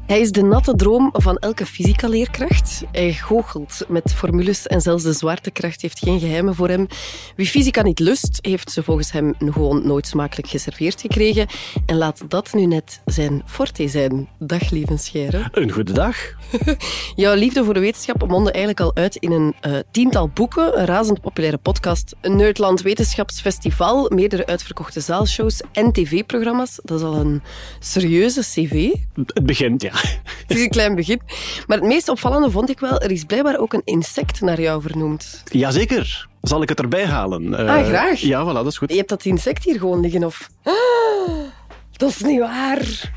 Hij is de natte droom van elke fysica-leerkracht. Hij goochelt met formules en zelfs de zwaartekracht heeft geen geheimen voor hem. Wie fysica niet lust, heeft ze volgens hem gewoon nooit smakelijk geserveerd gekregen. En laat dat nu net zijn forte zijn. Dag, lieve Scheire. Een goede dag. Jouw liefde voor de wetenschap mondde eigenlijk al uit in een 10-tal boeken, een razend populaire podcast, een Nerdland Wetenschapsfestival, meerdere uitverkochte zaalshows en tv-programma's. Dat is al een serieuze cv. Het begint, ja. Het is een klein begin. Maar het meest opvallende vond ik wel, er is blijkbaar ook een insect naar jou vernoemd. Jazeker. Zal ik het erbij halen? Graag. Ja, voilà, dat is goed. Je hebt dat insect hier gewoon liggen, of? Dat is niet waar.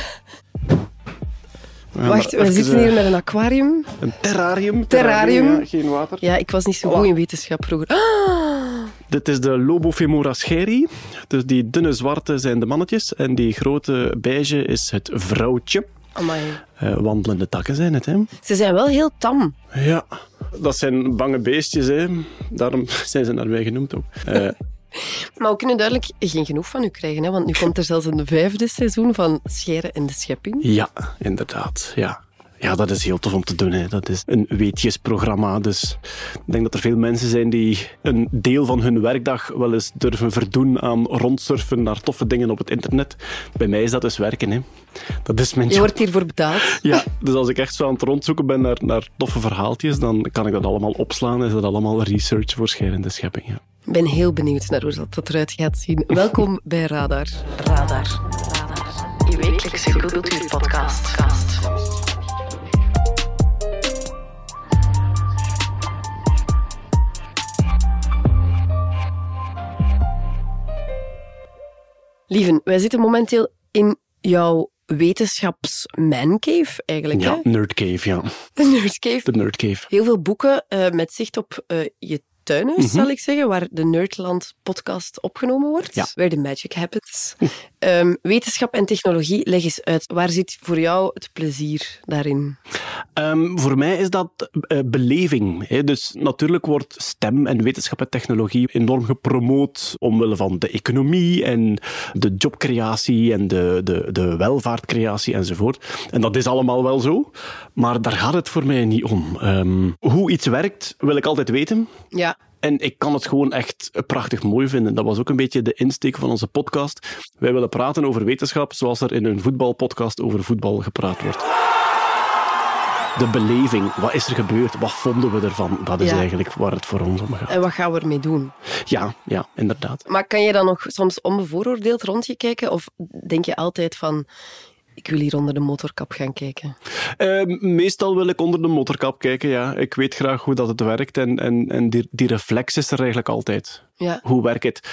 Ja, Wacht, we zitten hier met een aquarium. Een terrarium. Ja, geen water. Ja, ik was niet zo goed in wetenschap vroeger. Dit is de Lobopemora scheri. Dus die dunne zwarte zijn de mannetjes en die grote beige is het vrouwtje. Amai. Wandelende takken zijn het, hè? Ze zijn wel heel tam. Ja, dat zijn bange beestjes, hè. Daarom zijn ze naar mij genoemd ook. Maar we kunnen duidelijk geen genoeg van u krijgen, hè? Want nu komt er zelfs een 5e seizoen van Scheire en de Schepping. Ja, inderdaad, ja. Ja, dat is heel tof om te doen. Hè. Dat is een weetjesprogramma. Dus ik denk dat er veel mensen zijn die een deel van hun werkdag wel eens durven verdoen aan rondsurfen naar toffe dingen op het internet. Bij mij is dat dus werken. Hè. Dat is mijn job. Je wordt hiervoor betaald. Ja, dus als ik echt zo aan het rondzoeken ben naar toffe verhaaltjes, dan kan ik dat allemaal opslaan. Is dat allemaal research voor Scheire en de Schepping. Ja. Ik ben heel benieuwd naar hoe dat eruit gaat zien. Welkom bij Radar. Radar. Je wekelijkse cultuurpodcast. Lieven, wij zitten momenteel in jouw wetenschapsmancave eigenlijk. Ja, hè? Nerdcave, ja. De Nerdcave. De Nerdcave. Heel veel boeken met zicht op je tuinhuis, zal ik zeggen, waar de Nerdland podcast opgenomen wordt. Ja. Where the magic happens. Wetenschap en technologie, leg eens uit. Waar zit voor jou het plezier daarin? Voor mij is dat beleving. Hè. Dus natuurlijk wordt STEM en wetenschap en technologie enorm gepromoot omwille van de economie en de jobcreatie en de welvaartcreatie enzovoort. En dat is allemaal wel zo, maar daar gaat het voor mij niet om. Hoe iets werkt, wil ik altijd weten. Ja. En ik kan het gewoon echt prachtig mooi vinden. Dat was ook een beetje de insteek van onze podcast. Wij willen praten over wetenschap zoals er in een voetbalpodcast over voetbal gepraat wordt. De beleving. Wat is er gebeurd? Wat vonden we ervan? Dat is eigenlijk waar het voor ons om gaat. En wat gaan we ermee doen? Ja, inderdaad. Maar kan je dan nog soms onbevooroordeeld rond je kijken? Of denk je altijd van, ik wil hier onder de motorkap gaan kijken? Meestal wil ik onder de motorkap kijken, ja. Ik weet graag hoe dat het werkt en die reflex is er eigenlijk altijd. Ja. Hoe werkt het?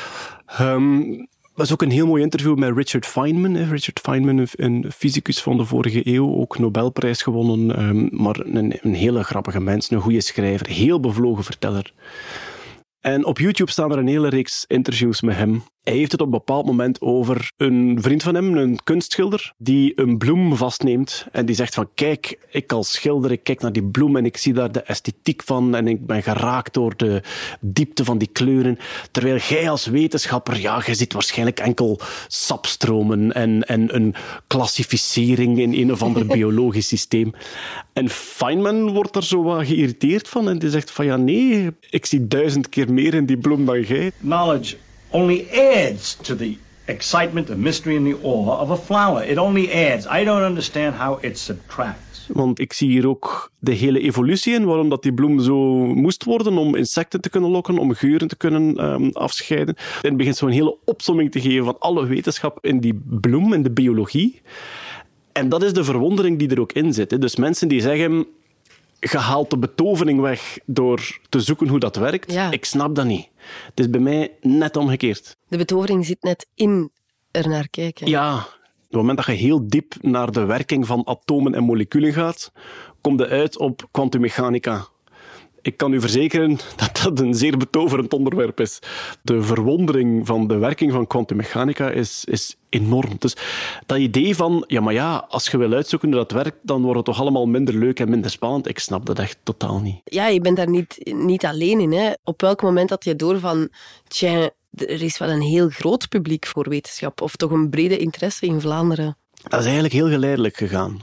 Dat was ook een heel mooi interview met Richard Feynman. Richard Feynman, een fysicus van de vorige eeuw, ook Nobelprijs gewonnen, maar een hele grappige mens, een goede schrijver, heel bevlogen verteller. En op YouTube staan er een hele reeks interviews met hem. Hij heeft het op een bepaald moment over een vriend van hem, een kunstschilder, die een bloem vastneemt en die zegt van kijk, ik als schilder, ik kijk naar die bloem en ik zie daar de esthetiek van en ik ben geraakt door de diepte van die kleuren. Terwijl jij als wetenschapper, ja, je ziet waarschijnlijk enkel sapstromen en een klassificering in een of ander biologisch systeem. En Feynman wordt er zo wat geïrriteerd van en die zegt van ja nee, ik zie 1000 keer meer in die bloem dan jij. Knowledge only adds to the excitement, the mystery and the awe of a flower. It only adds. I don't understand how it subtracts. Want ik zie hier ook de hele evolutie in, waarom dat die bloem zo moest worden, om insecten te kunnen lokken, om geuren te kunnen afscheiden. En het begint zo'n hele opsomming te geven van alle wetenschap in die bloem, in de biologie. En dat is de verwondering die er ook in zit. Hè. Dus mensen die zeggen, je haalt de betovering weg door te zoeken hoe dat werkt. Ja. Ik snap dat niet. Het is bij mij net omgekeerd. De betovering zit net in ernaar kijken. Ja, op het moment dat je heel diep naar de werking van atomen en moleculen gaat, kom je uit op kwantummechanica. Ik kan u verzekeren dat dat een zeer betoverend onderwerp is. De verwondering van de werking van kwantummechanica is enorm. Dus dat idee van, ja, maar ja, als je wil uitzoeken hoe dat werkt, dan wordt het toch allemaal minder leuk en minder spannend. Ik snap dat echt totaal niet. Ja, je bent daar niet alleen in. Hè. Op welk moment had je door van, tja, er is wel een heel groot publiek voor wetenschap, of toch een brede interesse in Vlaanderen? Dat is eigenlijk heel geleidelijk gegaan.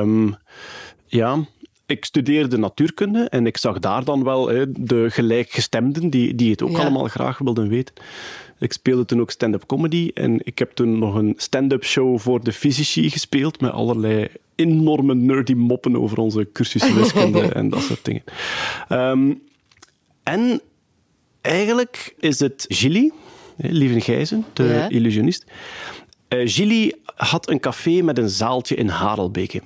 Ik studeerde natuurkunde en ik zag daar dan wel de gelijkgestemden die het ook allemaal graag wilden weten. Ik speelde toen ook stand-up comedy en ik heb toen nog een stand-up show voor de fysici gespeeld met allerlei enorme nerdy moppen over onze cursus wiskunde en dat soort dingen. En eigenlijk is het Gilly, Lieven Gijzen, de illusionist. Gilly had een café met een zaaltje in Harelbeke.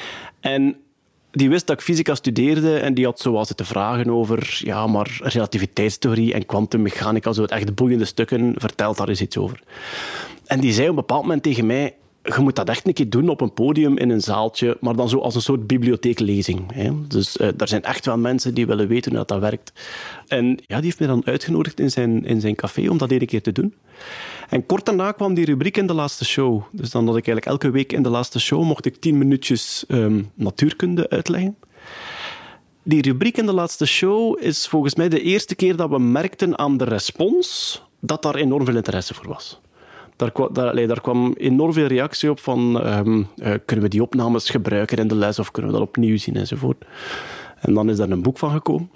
En die wist dat ik fysica studeerde en die had zo wat zitten vragen over maar relativiteitstheorie en kwantummechanica, zo het echt boeiende stukken, vertel daar eens iets over. En die zei op een bepaald moment tegen mij, je moet dat echt een keer doen op een podium in een zaaltje, maar dan zo als een soort bibliotheeklezing. Hè. Dus er zijn echt wel mensen die willen weten hoe dat werkt. En die heeft me dan uitgenodigd in zijn café om dat een keer te doen. En kort daarna kwam die rubriek in de laatste show. Dus dan had ik eigenlijk elke week in de laatste show mocht ik 10 minuutjes natuurkunde uitleggen. Die rubriek in de laatste show is volgens mij de eerste keer dat we merkten aan de respons dat daar enorm veel interesse voor was. Daar kwam enorm veel reactie op van kunnen we die opnames gebruiken in de les of kunnen we dat opnieuw zien enzovoort. En dan is daar een boek van gekomen.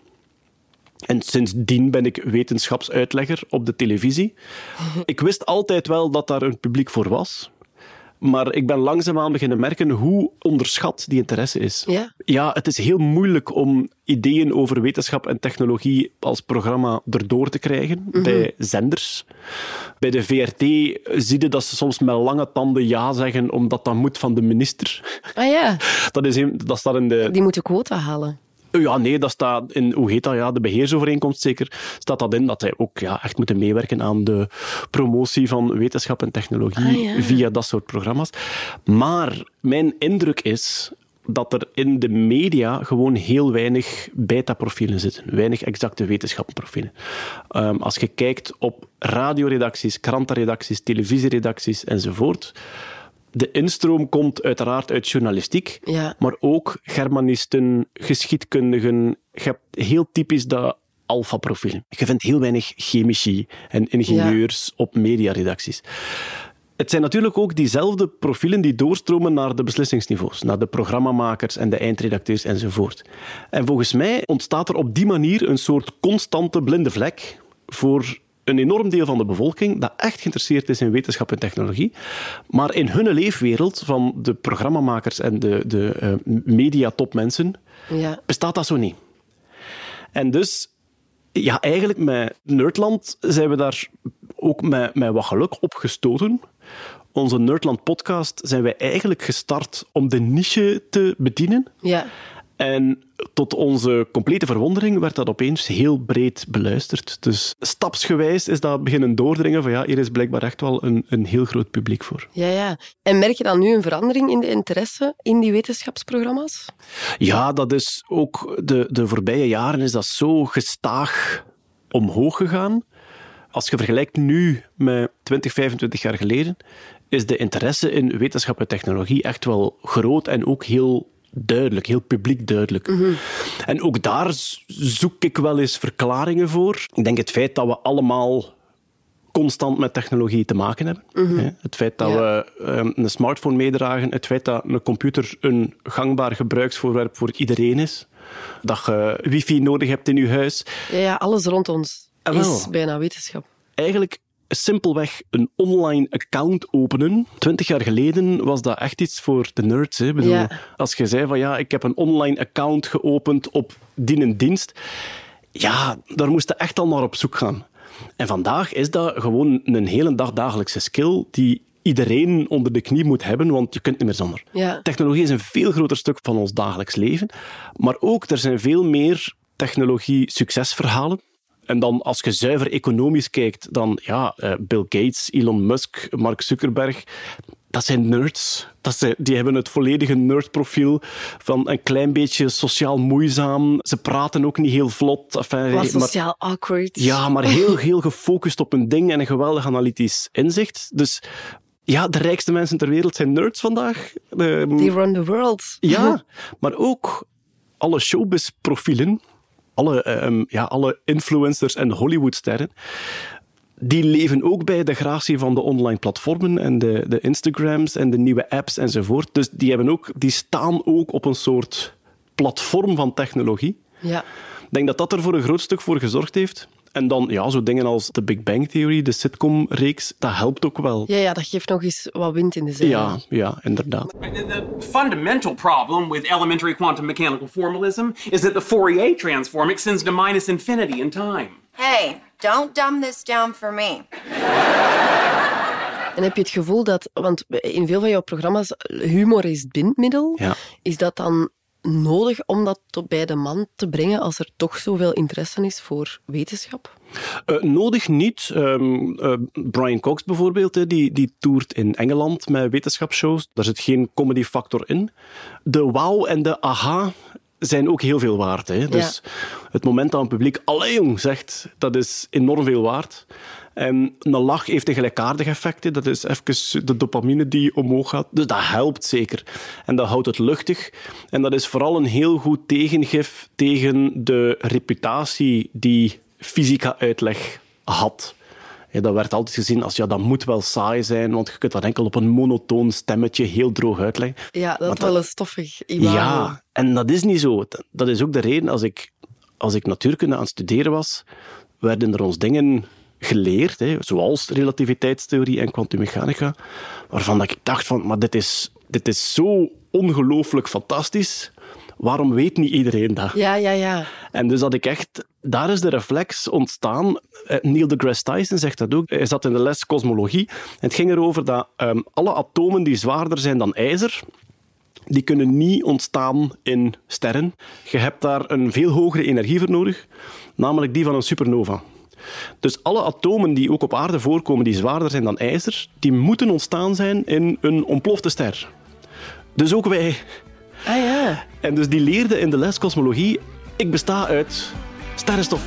En sindsdien ben ik wetenschapsuitlegger op de televisie. Ik wist altijd wel dat daar een publiek voor was. Maar ik ben langzaamaan beginnen merken hoe onderschat die interesse is. Ja, het is heel moeilijk om ideeën over wetenschap en technologie als programma erdoor te krijgen bij zenders. Bij de VRT zie je dat ze soms met lange tanden ja zeggen, omdat dat moet van de minister. Ah ja. Dat staat in de... Die moeten quota halen. Ja, nee, dat staat in, hoe heet dat? Ja, de beheersovereenkomst zeker, staat dat in, dat zij ook echt moeten meewerken aan de promotie van wetenschap en technologie via dat soort programma's. Maar mijn indruk is dat er in de media gewoon heel weinig beta-profielen zitten. Weinig exacte wetenschappenprofielen. Als je kijkt op radioredacties, krantenredacties, televisieredacties enzovoort, de instroom komt uiteraard uit journalistiek, maar ook germanisten, geschiedkundigen. Je hebt heel typisch dat alpha-profiel. Je vindt heel weinig chemici en ingenieurs op mediaredacties. Het zijn natuurlijk ook diezelfde profielen die doorstromen naar de beslissingsniveaus, naar de programmamakers en de eindredacteurs enzovoort. En volgens mij ontstaat er op die manier een soort constante blinde vlek voor een enorm deel van de bevolking dat echt geïnteresseerd is in wetenschap en technologie, maar in hun leefwereld van de programmamakers en de mediatopmensen bestaat dat zo niet. En dus, eigenlijk met Nerdland zijn we daar ook met wat geluk op gestoten. Onze Nerdland-podcast zijn wij eigenlijk gestart om de niche te bedienen. Ja. En tot onze complete verwondering werd dat opeens heel breed beluisterd. Dus stapsgewijs is dat beginnen doordringen van hier is blijkbaar echt wel een heel groot publiek voor. Ja. En merk je dan nu een verandering in de interesse in die wetenschapsprogramma's? Ja, dat is ook de voorbije jaren is dat zo gestaag omhoog gegaan. Als je vergelijkt nu met 20, 25 jaar geleden, is de interesse in wetenschap en technologie echt wel groot en ook heel duidelijk, heel publiek duidelijk. Mm-hmm. En ook daar zoek ik wel eens verklaringen voor. Ik denk het feit dat we allemaal constant met technologie te maken hebben. Mm-hmm. Het feit dat we een smartphone meedragen, het feit dat een computer een gangbaar gebruiksvoorwerp voor iedereen is, dat je wifi nodig hebt in je huis. Ja, alles rond ons is bijna wetenschap. Eigenlijk simpelweg een online account openen. 20 jaar geleden was dat echt iets voor de nerds. Hè. Bedoel, als je zei van ik heb een online account geopend op die en dienst, daar moest je echt al naar op zoek gaan. En vandaag is dat gewoon een hele dag dagelijkse skill die iedereen onder de knie moet hebben, want je kunt niet meer zonder. Ja. Technologie is een veel groter stuk van ons dagelijks leven, maar ook er zijn veel meer technologie-succesverhalen. En dan, als je zuiver economisch kijkt, dan Bill Gates, Elon Musk, Mark Zuckerberg, dat zijn nerds. Die hebben het volledige nerdprofiel van een klein beetje sociaal moeizaam. Ze praten ook niet heel vlot. Sociaal awkward. Ja, maar heel, heel gefocust op een ding en een geweldig analytisch inzicht. Dus de rijkste mensen ter wereld zijn nerds vandaag. They run the world. Ja, maar ook alle showbiz-profielen, alle influencers en Hollywoodsterren, die leven ook bij de gratie van de online platformen en de Instagrams en de nieuwe apps enzovoort. Dus die staan ook op een soort platform van technologie. Ja. Ik denk dat dat er voor een groot stuk voor gezorgd heeft. En dan zo dingen als de Big Bang Theory, de sitcom-reeks, dat helpt ook wel. Ja, dat geeft nog eens wat wind in de zeilen. Ja, inderdaad. The fundamental problem with elementary quantum mechanical formalism is that the Fourier transform extends to minus infinity in time. Hey, don't dumb this down for me. En heb je het gevoel dat, want in veel van jouw programma's, humor is het bindmiddel, is dat dan nodig om dat bij de man te brengen als er toch zoveel interesse is voor wetenschap? Nodig niet. Brian Cox bijvoorbeeld, die toert in Engeland met wetenschapsshows. Daar zit geen comedyfactor in. De wauw en de aha zijn ook heel veel waard. Hè? Dus het moment dat een publiek allee jong zegt, dat is enorm veel waard. En een lach heeft een gelijkaardig effect. Hè. Dat is even de dopamine die omhoog gaat. Dus dat helpt zeker. En dat houdt het luchtig. En dat is vooral een heel goed tegengif tegen de reputatie die fysica-uitleg had. Ja, dat werd altijd gezien als, dat moet wel saai zijn, want je kunt dat enkel op een monotoon stemmetje heel droog uitleggen. Ja, dat is wel een stoffig imago. Ja, en dat is niet zo. Dat is ook de reden, als ik natuurkunde aan het studeren was, werden er ons dingen geleerd, zoals relativiteitstheorie en kwantummechanica, waarvan dat ik dacht van, maar dit is zo ongelooflijk fantastisch. Waarom weet niet iedereen dat? Ja. En dus had ik echt... Daar is de reflex ontstaan. Neil deGrasse Tyson zegt dat ook. Hij zat in de les kosmologie. En het ging erover dat alle atomen die zwaarder zijn dan ijzer, die kunnen niet ontstaan in sterren. Je hebt daar een veel hogere energie voor nodig, namelijk die van een supernova. Dus alle atomen die ook op aarde voorkomen, die zwaarder zijn dan ijzer, die moeten ontstaan zijn in een ontplofte ster. Dus ook wij. Ah ja. En dus die leerde in de les kosmologie, ik besta uit sterrenstof.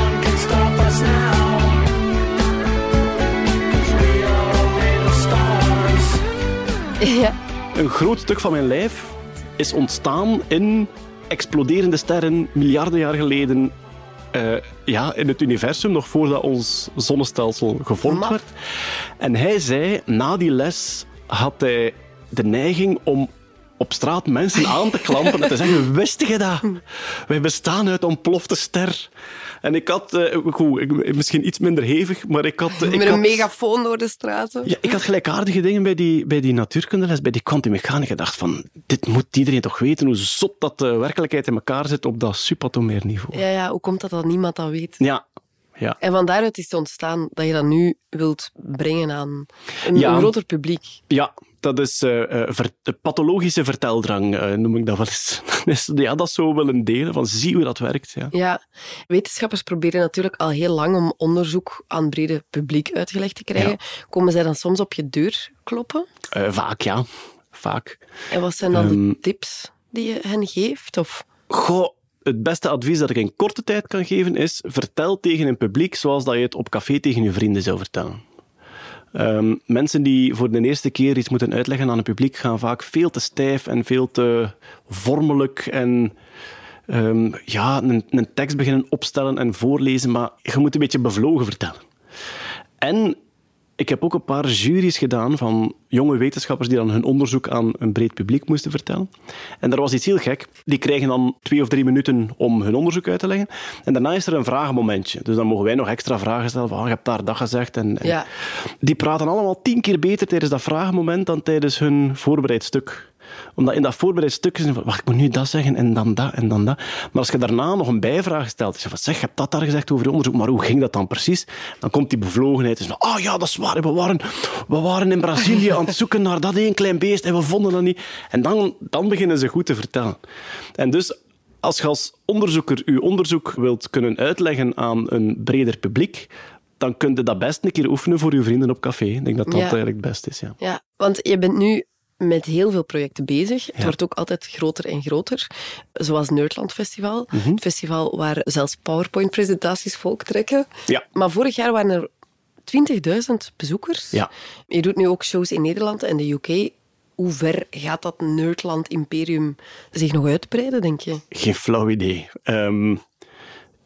Ja. Een groot stuk van mijn lijf is ontstaan in exploderende sterren miljarden jaar geleden in het universum, nog voordat ons zonnestelsel gevormd werd. En hij zei, na die les had hij de neiging om op straat mensen aan te klampen en te zeggen, wist je dat? Wij bestaan uit ontplofte ster. En ik had, misschien iets minder hevig, maar ik had... Met een megafoon door de straten. Ja, ik had gelijkaardige dingen bij die natuurkundeles, bij die kwantummechanica. Ik dacht van, dit moet iedereen toch weten, hoe zot dat de werkelijkheid in elkaar zit op dat subatomair niveau. Ja, hoe komt dat niemand dat weet? Ja. En van daaruit is het ontstaan dat je dat nu wilt brengen aan een groter publiek. Ja, dat is pathologische verteldrang, noem ik dat wel eens. Dat is zo wel een deel van, zie hoe dat werkt. Ja, wetenschappers proberen natuurlijk al heel lang om onderzoek aan het brede publiek uitgelegd te krijgen. Ja. Komen zij dan soms op je deur kloppen? Vaak, ja. Vaak. En wat zijn dan de tips die je hen geeft? Of? Het beste advies dat ik in korte tijd kan geven is, vertel tegen een publiek zoals dat je het op café tegen je vrienden zou vertellen. Mensen die voor de eerste keer iets moeten uitleggen aan een publiek gaan vaak veel te stijf en veel te vormelijk en een tekst beginnen opstellen en voorlezen, maar je moet een beetje bevlogen vertellen. En ik heb ook een paar juries gedaan van jonge wetenschappers die dan hun onderzoek aan een breed publiek moesten vertellen. En daar was iets heel gek. Die krijgen dan 2 of 3 minuten om hun onderzoek uit te leggen. En daarna is er een vragenmomentje. Dus dan mogen wij nog extra vragen stellen. Van, je hebt daar dat gezegd. En die praten allemaal 10 keer beter tijdens dat vragenmoment dan tijdens hun voorbereid stuk. Omdat in dat voorbereid stuk is van, wacht, ik moet nu dat zeggen en dan dat en dan dat. Maar als je daarna nog een bijvraag stelt, is van, zeg, je hebt dat daar gezegd over je onderzoek, maar hoe ging dat dan precies? Dan komt die bevlogenheid. Dus van, ja, dat is waar, we waren in Brazilië aan het zoeken naar dat één klein beest en we vonden dat niet. En dan beginnen ze goed te vertellen. En dus, als je als onderzoeker je onderzoek wilt kunnen uitleggen aan een breder publiek, dan kun je dat best een keer oefenen voor je vrienden op café. Ik denk dat dat eigenlijk het beste is. Ja, want je bent nu met heel veel projecten bezig. Het wordt ook altijd groter en groter. Zoals Nerdland Festival. Het festival waar zelfs PowerPoint-presentaties volk trekken. Ja. Maar vorig jaar waren er 20.000 bezoekers. Ja. Je doet nu ook shows in Nederland en de UK. Hoe ver gaat dat Nerdland-imperium zich nog uitbreiden, denk je? Geen flauw idee.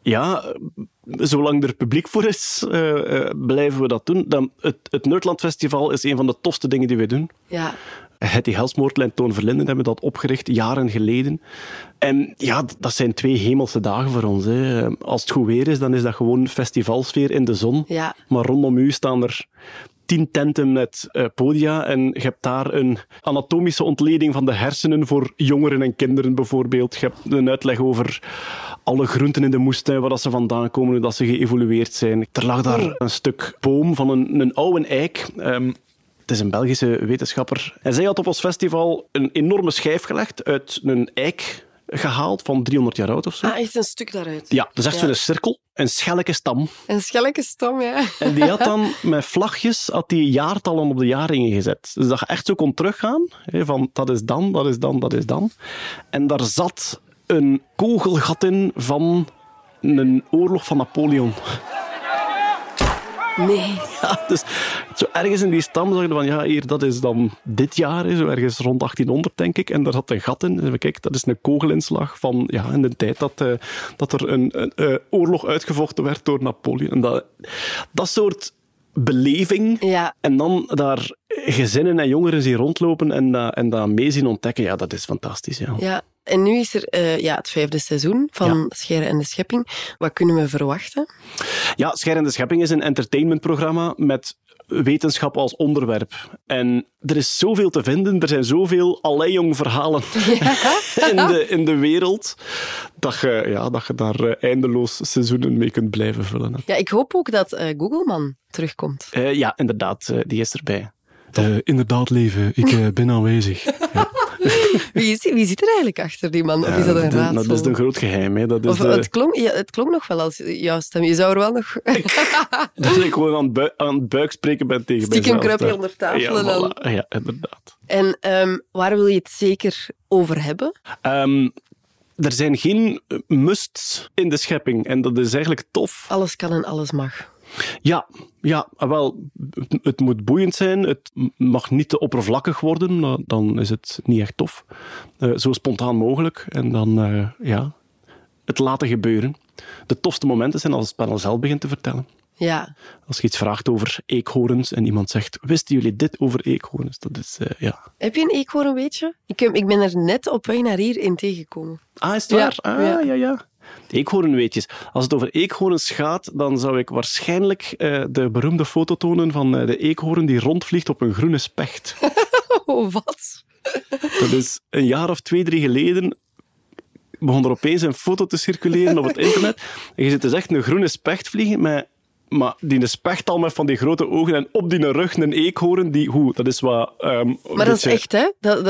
ja, zolang er publiek voor is, blijven we dat doen. Het Nerdland Festival is een van de tofste dingen die we doen. Ja. Hetty Helsmoortel en Toon Verlinden hebben dat opgericht, jaren geleden. En ja, dat zijn 2 hemelse dagen voor ons. Hè. Als het goed weer is, dan is dat gewoon festivalsfeer in de zon. Ja. Maar rondom u staan er 10 tenten met podia en je hebt daar een anatomische ontleding van de hersenen voor jongeren en kinderen bijvoorbeeld. Je hebt een uitleg over alle groenten in de moestuin, waar dat ze vandaan komen, hoe dat ze geëvolueerd zijn. Er lag daar een stuk boom van een oude eik. Het is een Belgische wetenschapper. En zij had op ons festival een enorme schijf gelegd uit een eik gehaald van 300 jaar oud of zo. Ah, echt een stuk daaruit. Ja, dat is echt zo'n cirkel. Een schelke stam. Een schelke stam, ja. En die had dan met vlagjes die jaartallen op de jaarringen gezet. Dus dat je echt zo kon teruggaan. Van dat is dan, dat is dan, dat is dan. En daar zat een kogelgat in van een oorlog van Napoleon. Nee. Ja, dus zo ergens in die stam zag je van, ja, hier, dat is dan dit jaar, zo ergens rond 1800, denk ik. En daar zat een gat in. En kijk, dat is een kogelinslag van, ja, in de tijd dat er een oorlog uitgevochten werd door Napoleon. En dat soort beleving. Ja. En dan daar gezinnen en jongeren zien rondlopen en dat mee zien ontdekken, ja, dat is fantastisch. Ja. Ja. En nu is er het 5e seizoen van Scheire en de Schepping. Wat kunnen we verwachten? Ja, Scheire en de Schepping is een entertainmentprogramma met wetenschap als onderwerp. En er is zoveel te vinden, er zijn zoveel allee-jong verhalen in de wereld, dat je daar eindeloos seizoenen mee kunt blijven vullen. Ja, ik hoop ook dat Googleman terugkomt. Ja, inderdaad, die is erbij. Inderdaad, leven, ik ben aanwezig. Ja. Wie zit er eigenlijk achter die man? Of is dat een raadsel? Dat is een groot geheim. Hè. Het klonk nog wel als jouw stem. Je zou er wel nog... Dat ik gewoon aan het buikspreken ben tegen mijzelf. Stiekem kruip je onder tafel. Ja, en dan... voilà. Ja, inderdaad. En waar wil je het zeker over hebben? Er zijn geen musts in de schepping. En dat is eigenlijk tof. Alles kan en alles mag. Ja, wel, het moet boeiend zijn. Het mag niet te oppervlakkig worden. Dan is het niet echt tof. Zo spontaan mogelijk. En dan, het laten gebeuren. De tofste momenten zijn als het panel zelf begint te vertellen. Ja. Als je iets vraagt over eekhoorns en iemand zegt, wisten jullie dit over eekhoorns? Dat is, ja. Heb je een eekhoorn, weet je? Ik ben er net op weg naar hier in tegengekomen. Ah, is het waar? Ja. De eekhoornweetjes. Als het over eekhoorns gaat, dan zou ik waarschijnlijk de beroemde foto tonen van de eekhoorn die rondvliegt op een groene specht. Oh, wat? Dat is een jaar of 2, 3 geleden begon er opeens een foto te circuleren op het internet. En je ziet dus echt een groene specht vliegen maar die specht al met van die grote ogen en op die rug een eekhoorn die... dat is wat... maar dat is echt, hè?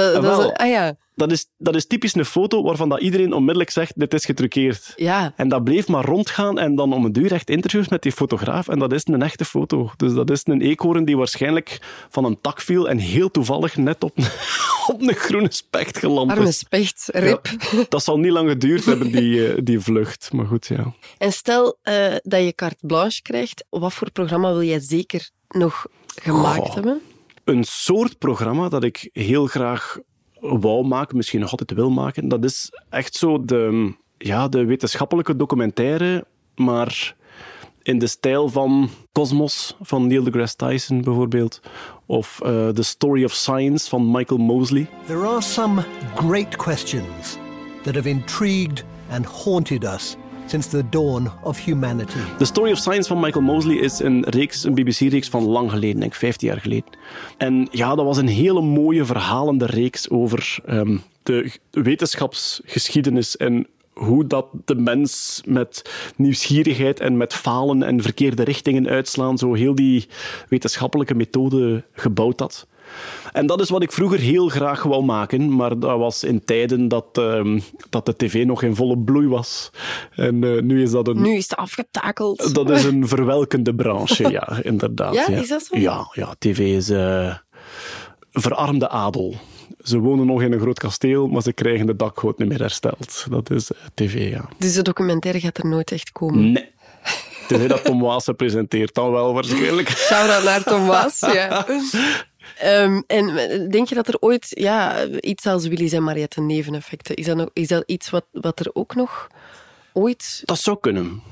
Dat is typisch een foto waarvan dat iedereen onmiddellijk zegt, dit is getruckeerd. Ja. En dat bleef maar rondgaan en dan om een duur echt interviews met die fotograaf en dat is een echte foto. Dus dat is een eekhoorn die waarschijnlijk van een tak viel en heel toevallig net op een groene specht geland is. Arme specht, rip. Ja, dat zal niet lang geduurd hebben, die vlucht. Maar goed, ja. En stel dat je carte blanche krijgt, wat voor programma wil jij zeker nog gemaakt hebben? Een soort programma dat ik heel graag wou maken, misschien nog altijd wil maken, dat is echt zo de wetenschappelijke documentaire, maar in de stijl van Cosmos van Neil deGrasse Tyson bijvoorbeeld, of The Story of Science van Michael Mosley. There are some great questions that have intrigued and haunted us since the dawn of humanity. The Story of Science van Michael Mosley is een BBC-reeks van lang geleden, denk ik 15 jaar geleden. En ja, dat was een hele mooie verhalende reeks over de wetenschapsgeschiedenis en hoe dat de mens met nieuwsgierigheid en met falen en verkeerde richtingen uitslaan, zo heel die wetenschappelijke methode gebouwd had. En dat is wat ik vroeger heel graag wou maken, maar dat was in tijden dat de tv nog in volle bloei was. En nu is dat Nu is het afgetakeld. Dat is een verwelkende branche, ja, inderdaad. Ja, is dat zo? Ja, tv is verarmde adel. Ze wonen nog in een groot kasteel, maar ze krijgen de dakgoot niet meer hersteld. Dat is tv, ja. Dus de documentaire gaat er nooit echt komen? Nee. Tenzij dat Tom Waas presenteert, dan wel waarschijnlijk. Shout-out naar Tom Waas, ja. En denk je dat er ooit iets als Willy's en Mariette neveneffecten, is dat iets wat er ook nog ooit... Dat zou kunnen.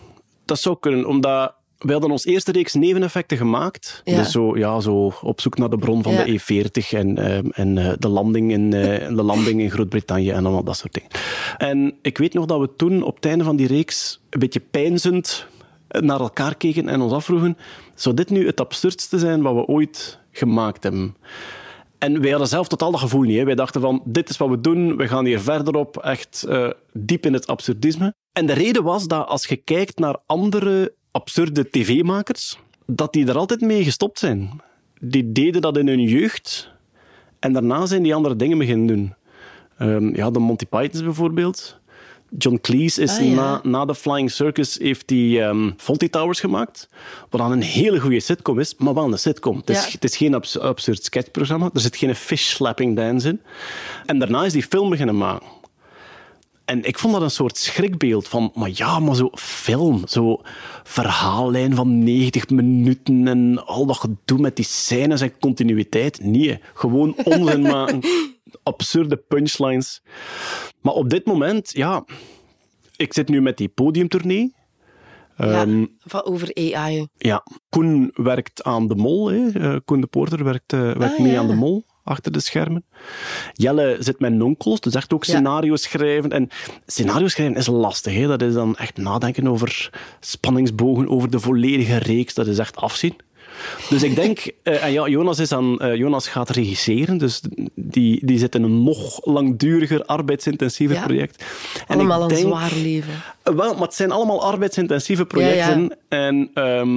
Dat zou kunnen, omdat we hadden ons eerste reeks neveneffecten gemaakt. Ja. Dus zo op zoek naar de bron van de E40 en de landing in Groot-Brittannië en allemaal dat soort dingen. En ik weet nog dat we toen op het einde van die reeks een beetje peinzend naar elkaar keken en ons afvroegen, zou dit nu het absurdste zijn wat we ooit gemaakt hebben? En wij hadden zelf totaal dat gevoel niet. Hè. Wij dachten van, dit is wat we doen, we gaan hier verder op, echt diep in het absurdisme. En de reden was dat als je kijkt naar andere absurde tv-makers, dat die er altijd mee gestopt zijn. Die deden dat in hun jeugd en daarna zijn die andere dingen beginnen doen. De Monty Pythons bijvoorbeeld. John Cleese is na de Flying Circus heeft die Fawlty Towers gemaakt, wat dan een hele goede sitcom is, maar wel een sitcom. Het is geen absurd sketchprogramma, er zit geen fish-slapping dance in. En daarna is die film beginnen maken. En ik vond dat een soort schrikbeeld van, maar zo film, zo verhaallijn van 90 minuten en al dat gedoe met die scènes en continuïteit. Nee, gewoon onzin maken. Absurde punchlines. Maar op dit moment, ik zit nu met die podiumtournee. Over AI. Ja, Koen werkt aan de Mol. Koen de Poorter werkt mee aan de Mol, achter de schermen. Jelle zit met Nonkels, dus echt ook scenario schrijven. En scenario schrijven is lastig. Hè? Dat is dan echt nadenken over spanningsbogen, over de volledige reeks. Dat is echt afzien. Dus ik denk... Jonas gaat regisseren, dus die zit in een nog langduriger, arbeidsintensieve project. En allemaal een zwaar leven. Wel, maar het zijn allemaal arbeidsintensieve projecten. Ja. En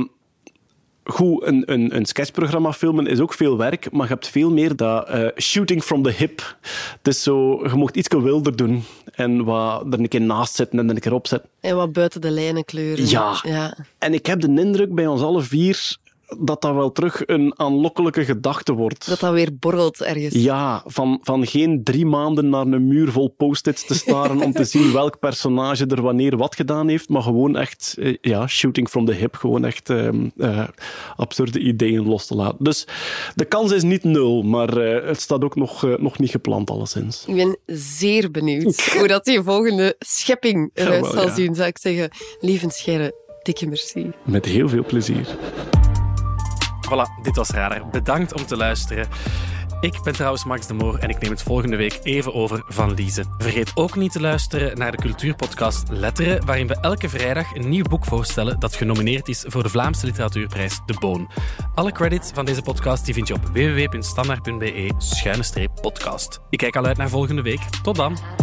een sketchprogramma filmen is ook veel werk, maar je hebt veel meer dat shooting from the hip. Dus zo, je mocht iets wilder doen en wat er een keer naast zetten en er een keer opzetten. En wat buiten de lijnen kleuren. Ja. En ik heb de indruk bij ons alle vier dat wel terug een aanlokkelijke gedachte wordt. Dat weer borrelt ergens. Ja, van geen 3 maanden naar een muur vol post-its te staren om te zien welk personage er wanneer wat gedaan heeft, maar gewoon echt, shooting from the hip, gewoon echt absurde ideeën los te laten. Dus de kans is niet 0, maar het staat ook nog niet gepland alleszins. Ik ben zeer benieuwd hoe dat die volgende schepping eruit zal zien, zou ik zeggen. Lieve Scherre, dikke merci. Met heel veel plezier. Voilà, dit was Radar. Bedankt om te luisteren. Ik ben trouwens Max de Moor en ik neem het volgende week even over van Lize. Vergeet ook niet te luisteren naar de cultuurpodcast Letteren, waarin we elke vrijdag een nieuw boek voorstellen dat genomineerd is voor de Vlaamse literatuurprijs De Boon. Alle credits van deze podcast die vind je op www.standaard.be/podcast. Ik kijk al uit naar volgende week. Tot dan!